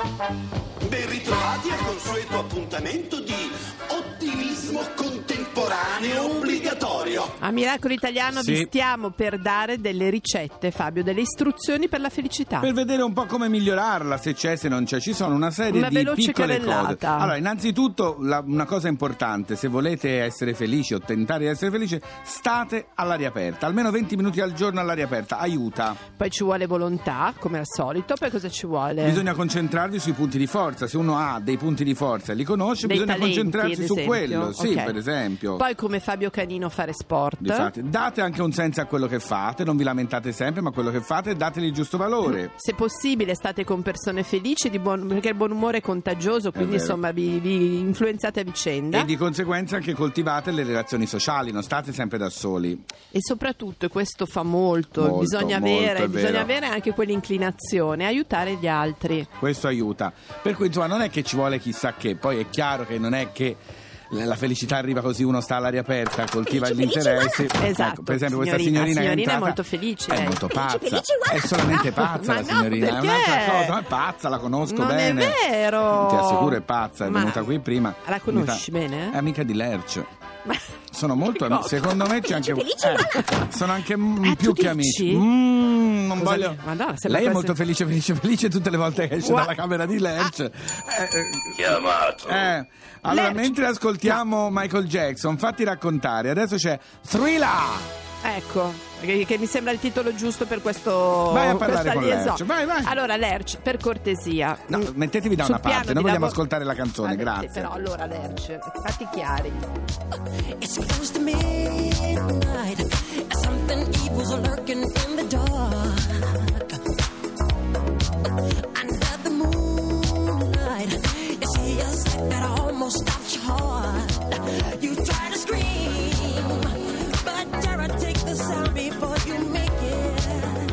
Ben ritrovati al consueto appuntamento di ottimismo contemporaneo obbligatorio. A Miracolo Italiano Sì. vi stiamo per dare delle ricette, Fabio, delle istruzioni per la felicità. Per vedere un po' come migliorarla, se c'è, se non c'è. Ci sono una serie Una di veloce piccole cose. carrellata. Allora, innanzitutto, una cosa importante: se volete essere felici o tentare di essere felici, state all'aria aperta. Almeno 20 minuti al giorno all'aria aperta, aiuta. Poi ci vuole volontà, come al solito. Poi cosa ci vuole? Bisogna concentrarvi sui punti di forza. Se uno ha dei punti di forza e li conosce, Dei bisogna talenti, concentrarsi ad su esempio. quello. Sì, Ok. per esempio. Poi come Fabio Canino fare sport. Difatti, date anche un senso a quello che fate, non vi lamentate sempre, ma quello che fate dateli il giusto valore. Se possibile state con persone felici, perché il buon umore è contagioso, quindi vero. insomma vi influenzate a vicenda. E di conseguenza anche coltivate le relazioni sociali, non state sempre da soli. E soprattutto, e questo fa molto, bisogna molto, è vero. avere anche quell'inclinazione, aiutare gli altri. Questo aiuta. Per cui insomma non è che ci vuole chissà che, poi è chiaro che non è che la felicità arriva così, uno sta all'aria aperta, coltiva gli interessi. Esatto. Ecco, per esempio questa Signorina signorina è entrata, molto felice, è lei. molto pazza, felice, è solamente pazza Ma la no, signorina, è perché? un'altra cosa, ma è pazza, la conosco Non è bene. vero. Ti assicuro è pazza, è Ma venuta qui prima. la conosci bene? È amica di Lerch. Ma- Sono molto Che amici, cosa? secondo me c'è anche sono anche più tu che dici? amici. Non Cosa voglio. mi- Madonna, sembra Lei è quasi- molto felice tutte le volte che esce Gua- dalla camera di Lerch. Chiamato. Allora, Lerch. mentre ascoltiamo Michael Jackson, fatti raccontare. Adesso c'è Thriller. Ecco, che mi sembra il titolo giusto per questo. Vai a parlare questa con liaison. Lerch, vai. Allora, Lerch, per cortesia. No, mettetevi da sul una parte, piano noi di vogliamo lavoro- ascoltare la canzone, Vabbè, grazie. Sì, però allora, Lerch, fatti chiari. It's close to midnight. Something evil's lurking in the dark. Under the moonlight, you see a sight that almost stops your heart. You try to scream, but terror takes the sound before you make it.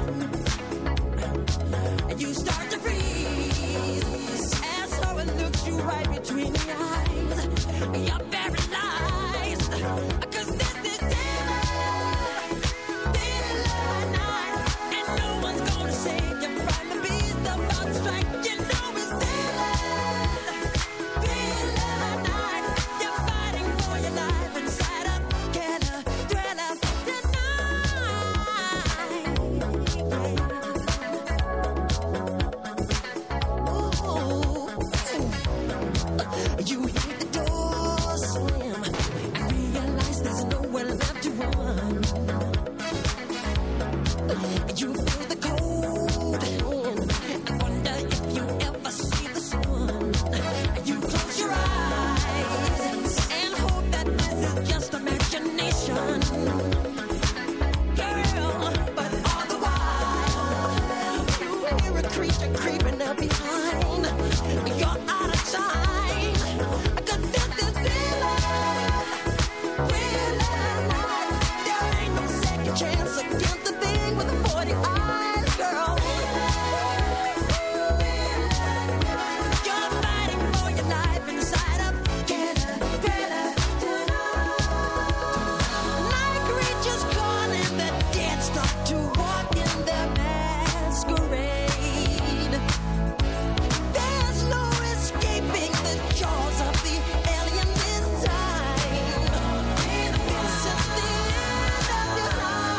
And you start to freeze as horror looks you right between the eyes. You're paralyzed, 'cause this is daylight night, and no one's gonna save you from the beast about to strike. You know it's daylight night. You're fighting for your life inside a killer thriller tonight. You hear the door slam and realize there's nowhere left to run. You feel the cold hand and wonder if you ever see the sun. You close your eyes and hope that this is just imagination. Girl, but all the while you hear a creature creeping up behind. You're out of time, 'cause this is real life. There ain't no second chance against the thing with the 40 eyes, girl. You're fighting for your life inside a killer thriller tonight. Night creatures calling the dead start to walk in their masquerade. There's no escaping the jaws of the alien this time. This is the end of your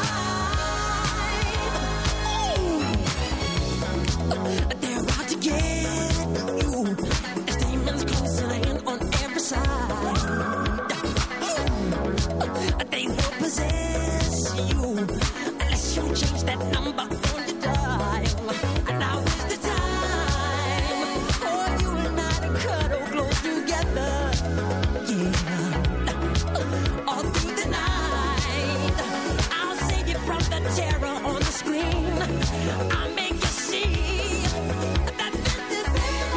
life. They're out to get you. As demons closing in on every side. They will possess you unless you change that number on your dial. And now is the time for you and I to cuddle close together. Yeah, all through the night, I'll save you from the terror on the screen. I'll make you see that this is real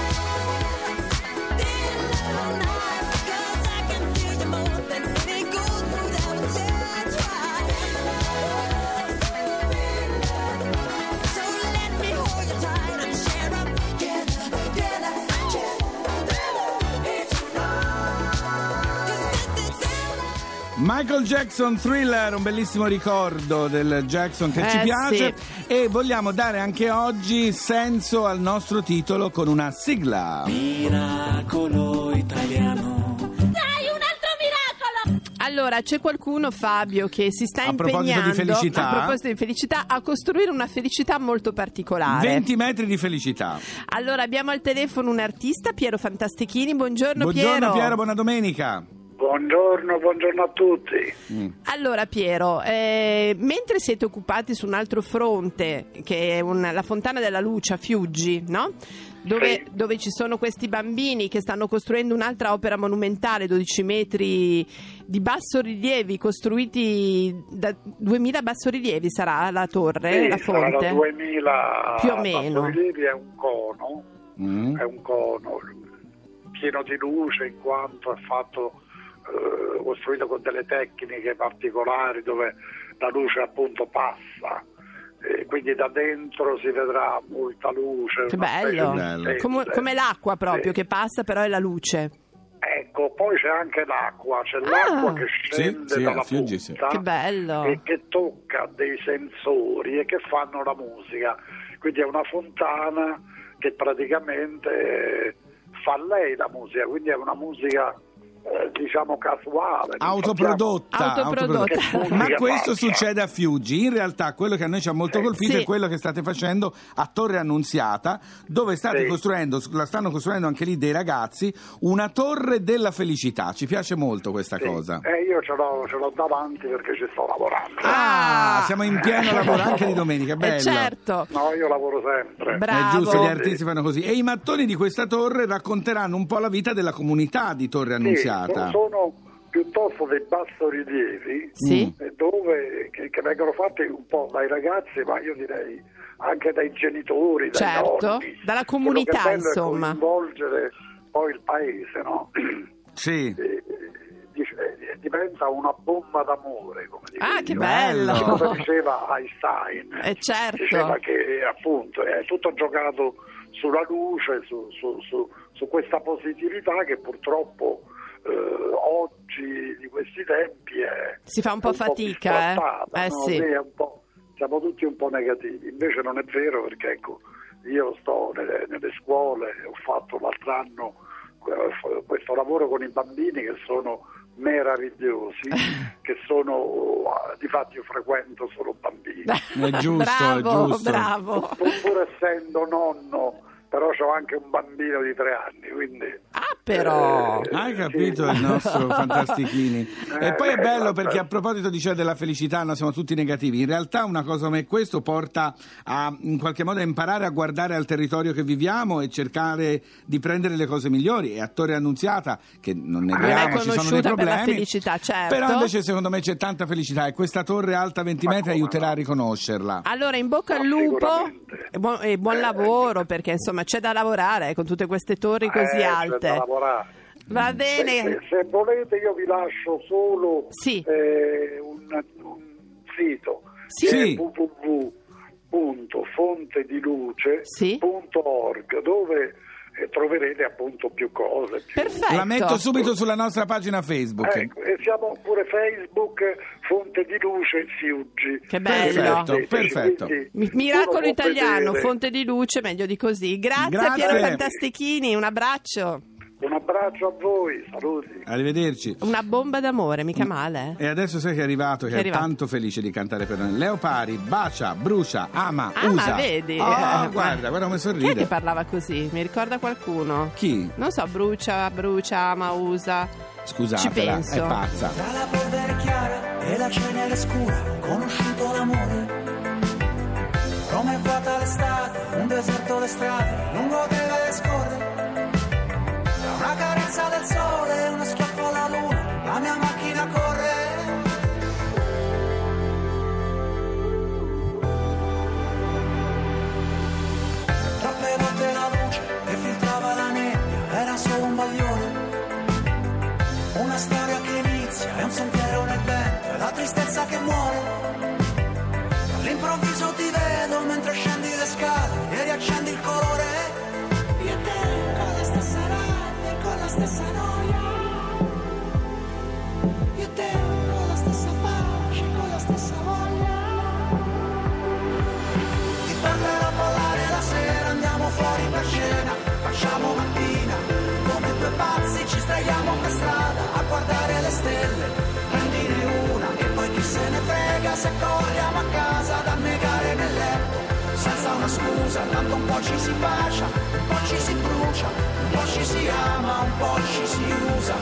night, 'cause I can feel you more than any gold without a touch. So let me hold you tight and share up together. Michael Jackson, Thriller, un bellissimo ricordo del Jackson che ci piace. Sì. e vogliamo dare anche oggi senso al nostro titolo con una sigla. Miracolo italiano. Dai, un altro miracolo! Allora, c'è qualcuno, Fabio, che si sta A proposito impegnando di felicità? a proposito di felicità, a costruire una felicità molto particolare. 20 metri di felicità. Allora, abbiamo al telefono un artista, Piero Fantastichini. Buongiorno, Buongiorno Piero, buona domenica. Buongiorno a tutti. Allora Piero, mentre siete occupati su un altro fronte, che è la Fontana della Luce a Fiuggi, no? Dove ci sono questi bambini che stanno costruendo un'altra opera monumentale, 12 metri di bassorilievi, costruiti da 2000 bassorilievi sarà la torre, Sì, la fonte? saranno 2000 più o meno. bassorilievi, è un cono pieno di luce, in quanto è fatto costruito con delle tecniche particolari dove la luce appunto passa, quindi da dentro si vedrà molta luce. Che una specie bello, di stelle. come l'acqua proprio, Sì. che passa, però è la luce. Ecco, poi c'è anche l'acqua, l'acqua che scende Sì, dalla a Fiuggi, sì. punta Che bello. e che tocca dei sensori e che fanno la musica. Quindi è una fontana che praticamente fa lei la musica, quindi è una musica diciamo casuale. non Autoprodotta. Che musica Ma questo faccia. succede a Fiuggi. In realtà quello che a noi ci ha molto colpito Sì. è quello che state facendo a Torre Annunziata, dove state Sì. costruendo, la stanno costruendo anche lì dei ragazzi, una torre della felicità. Ci piace molto questa Sì. cosa. Io ce l'ho davanti perché ci sto lavorando. Siamo in pieno lavoro anche di domenica, bello. Certo. No, io lavoro sempre. Bravo. È giusto, gli artisti fanno così. E i mattoni di questa torre racconteranno un po' la vita della comunità di Torre Annunziata. Sono piuttosto dei bassorilievi Sì. dove che vengono fatti un po' dai ragazzi, ma io direi anche dai genitori, dai Certo, nonni. dalla Quello comunità, che è bello è insomma. coinvolgere poi il paese, no? Sì. Diventa una bomba d'amore, come dico Ah, che io. bello. Come diceva Einstein, Certo. diceva che appunto è tutto giocato sulla luce, su questa positività che purtroppo oggi di questi tempi Si fa un po' fatica, bistrattata, no? sì. Sì, è un po', siamo tutti un po' negativi, invece non è vero, perché ecco, io sto nelle scuole, ho fatto l'altro anno questo lavoro con i bambini che sono meravigliosi, che sono, difatti io frequento solo bambini. È giusto, bravo, è giusto. bravo. Pur essendo nonno, però ho anche un bambino di 3 anni, quindi... Però Hai capito il nostro Fantastichini? E poi è bello perché a proposito della felicità, noi siamo tutti negativi. In realtà una cosa come questo porta a in qualche modo a imparare a guardare al territorio che viviamo e cercare di prendere le cose migliori. E a Torre Annunziata, che non neghiamo, ci sono dei conosciuta per la problemi, felicità, certo. però invece secondo me c'è tanta felicità e questa torre alta 20 metri aiuterà a riconoscerla. allora in bocca al No, lupo sicuramente. e buon lavoro, perché insomma c'è da lavorare con tutte queste torri così c'è alte. da lavorare. Va bene. Se volete io vi lascio solo Sì. un sito, Sì. che è Sì. www.fontediluce.org, dove troverete appunto più cose. Perfetto. La metto subito sulla nostra pagina Facebook. Ecco, e siamo pure Facebook, Fonte di Luce Fiuggi. Che bello. Perfetto. Miracolo uno può italiano, vedere. fonte di luce, meglio di così. Grazie, Grazie. Piero Fantastichini, un abbraccio. Un abbraccio a voi, saluti. Arrivederci. Una bomba d'amore, mica male. E adesso sai che è arrivato, che Che è è arrivato. tanto felice di cantare per noi. Leo Pari, bacia, brucia, ama, Ah, usa. ma vedi? Guarda come Chi è sorride. che parlava così? Mi ricorda qualcuno? Chi? Non so, brucia, ama, usa. Scusatela, Ci penso. è pazza. Tra la polvere chiara e la cenere scura ho conosciuto l'amore. Come è vuota l'estate, un deserto le strade, lungo te le scorre. Tra una carezza del sole e uno schiaffo alla luna, la mia macchina corre. Troppe volte la luce che filtrava la nebbia era solo un bagliore. Una storia che inizia, è un sentiero nel vento, è la tristezza che muore. All'improvviso ti vedo mentre scendi le scale e riaccendi il colore. Io e te con la stessa rabbia e con la stessa noia. Io e te con la stessa pace e con la stessa voglia. corriamo a casa da negare nel letto, senza una scusa, tanto un po' ci si bacia, un po' ci si brucia, un po' ci si ama, un po' ci si usa.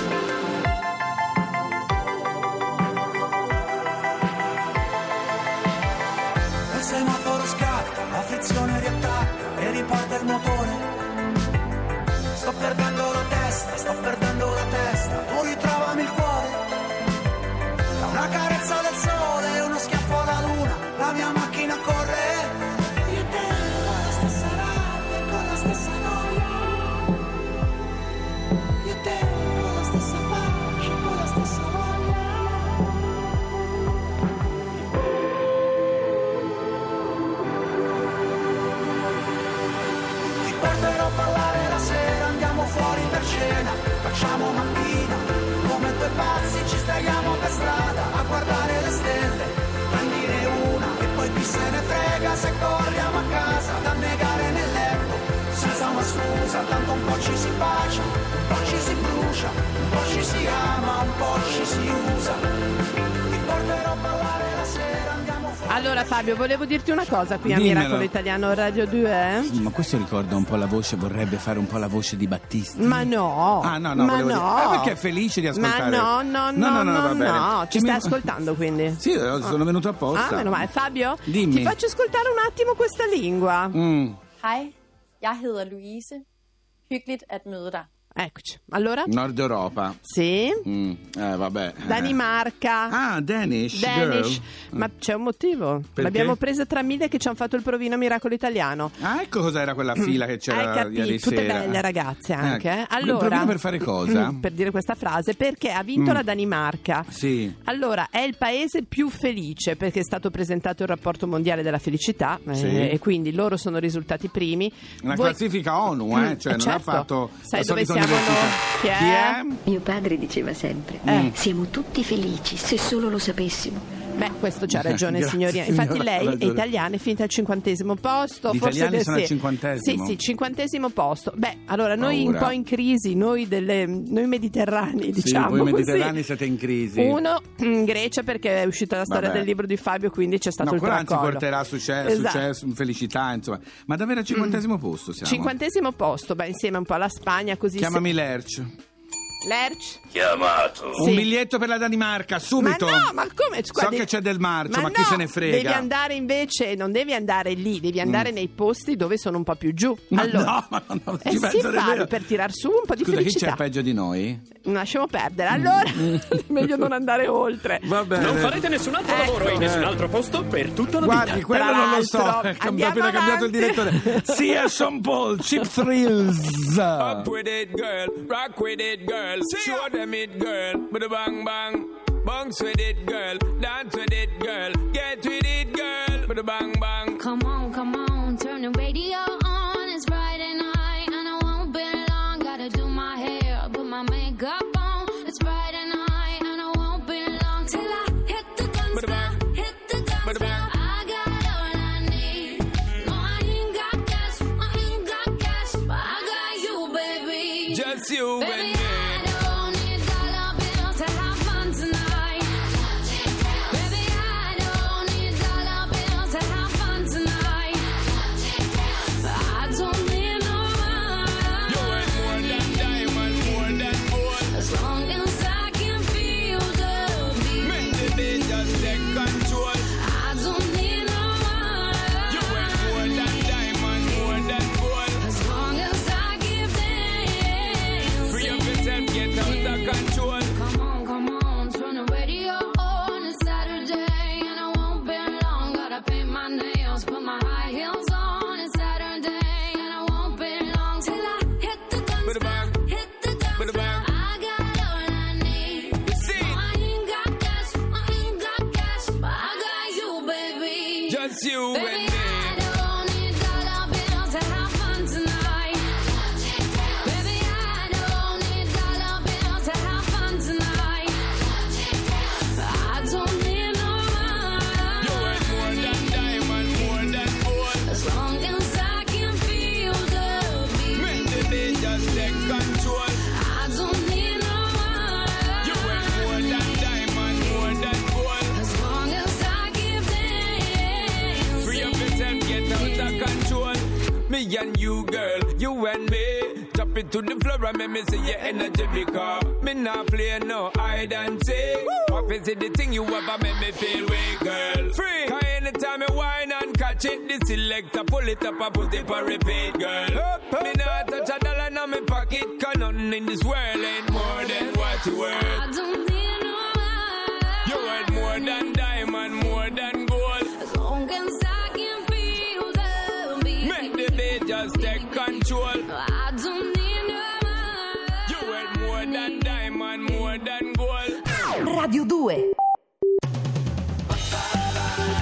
Il semaforo scatta, la frizione riattacca e riporta il motore. Sto perdendo la testa, tu ritrovami il cuore. Da una carezza del sole e uno schiaffo alla luna, la mia macchina corre. Io e te con la stessa rabbia, con la stessa noia. Io e te con la stessa pace, con la stessa voglia. Ti porterò a ballare la sera, andiamo fuori per cena, facciamo mattina, come due pazzi ci streghiamo per strada a guardare le stelle, prendine una e poi chi se ne frega se corriamo a casa da negare nel letto, senza una scusa, tanto un po' ci si bacia, un po' ci si brucia, un po' ci si ama, un po' ci si usa. Ti porterò a ballare la sera, andiamo fuori. Allora Fabio, volevo dirti una cosa qui a Dimmelo. Miracolo Italiano Radio 2. Sì, ma questo ricorda un po' la voce, vorrebbe fare un po' la voce di Battisti. Ma no, Ah, no, ma volevo no. dire. Perché è felice di ascoltare. Ma no, va bene. no, ci stai ascoltando quindi? Sì, sono venuto apposta. Ah, meno male. Fabio, Dimmi. ti faccio ascoltare un attimo questa lingua. Hej, jeg hedder Louise. Hyggeligt at møde dig. Eccoci. Allora? Nord Europa. Sì. Vabbè. Danimarca. Ah, Danish. Danish. Girl. Ma c'è un motivo. Perché? L'abbiamo presa tra mille che ci hanno fatto il provino a Miracolo Italiano. Ah, ecco cos'era quella fila che c'era Hai capito, ieri tutte sera. belle ragazze anche. Ecco. Allora, Il provino per fare cosa? Per dire questa frase, perché ha vinto la Danimarca. Sì. Allora, è il paese più felice perché è stato presentato il rapporto mondiale della felicità Sì. e quindi loro sono risultati primi. Una Voi- classifica ONU, cioè non certo. ha fatto Sai la dove solita siamo università. noi? Chi è? Chi è? Mio padre diceva sempre, siamo tutti felici se solo lo sapessimo. Beh, questo c'ha ragione, Grazie, signorina. Infatti signora, ha lei è ragione. italiana, è finita al 50° posto. Gli forse italiani sono al sì. 50°? Sì, 50° posto. Beh, allora noi Paura. un po' in crisi, noi mediterranei, diciamo voi così. mediterranei siete in crisi. Uno in Grecia perché è uscita la storia Vabbè. del libro di Fabio, quindi c'è stato No, il quello anzi tracollo. porterà successo, Esatto. felicità, insomma. Ma davvero al 50° posto siamo? 50° posto, beh, insieme un po' alla Spagna, così. Chiamami Lerch. Lerch? Chiamato. Sì. Un biglietto per la Danimarca, subito. Ma no, ma come? So Guardi- che c'è del marcio, ma no, chi se ne frega? Devi andare invece, non devi andare lì, devi andare nei posti dove sono un po' più giù. Ma allora, no, ma non ci sì, penso Fabio, nemmeno. per tirar su un po' di Scusa, chi felicità. c'è peggio di noi? Lasciamo perdere. Allora, meglio non andare oltre. Va bene. Non farete nessun altro lavoro in nessun altro posto per tutta la Guardi, vita. quello Tra non lo so. l'altro, Ha andiamo appena cambiato il avanti. direttore. Sia Sean Paul, Cheap Thrills. Up with it, girl. Rock with it, girl. Show them it, girl. With a bang bang. Bounce with it, girl. Dance with it, girl. Get with it, girl. With a bang bang. Come on, turn the radio on. It's Friday night and I won't be long. Gotta do my hair, put my makeup on. It's Friday night and I won't be long till I hit the dance floor, hit the dance floor. I got all I need. No, I ain't got cash, but I got you, baby. Just you and Baby, me. I don't need dollar bills to have fun tonight. Baby, I don't need dollar bills to have fun tonight. I don't need no You ain't more money than diamond, more than gold. as long as I can feel the Make beat. the day just take control. I don't need no You ain't more money than diamond, more than gold. as long as I give dance. Free up yourself, get out of control. Come on, turn the radio on. It's Saturday and I won't be long. Gotta paint my nails, put my high heels on. It's Saturday and I won't be long till I hit the dance Bada floor, bang. hit the dance Bada floor. bang. I got all I need. See? No, I ain't got cash, but I got you, baby. Just you Baby, and me. I don't need dollar bills to have fun tonight. Baby, I don't need dollar bills to have fun tonight. I don't need no You ain't more money than diamond, more than gold. as long as I can feel the Make beat. the day just take control. I don't need no You ain't more money than diamond, more than gold. as long as I give you, girl. You and me, drop it to the floor and make me see your energy because me not play no hide and seek. Office is the thing you ever make me feel weak, girl. Free, cause anytime you whine and catch it, the selector pull it up and put it for repeat, girl. Me not touch a dollar in my pocket, cause nothing in this world ain't more than what you worth. I don't need no man. You worth more than diamond, more than gold. As long as I can feel the beat. Make the beat just take control. I don't need no man. You worth more than diamond, more than gold. Radio 2.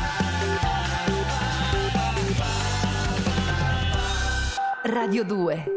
Radio 2.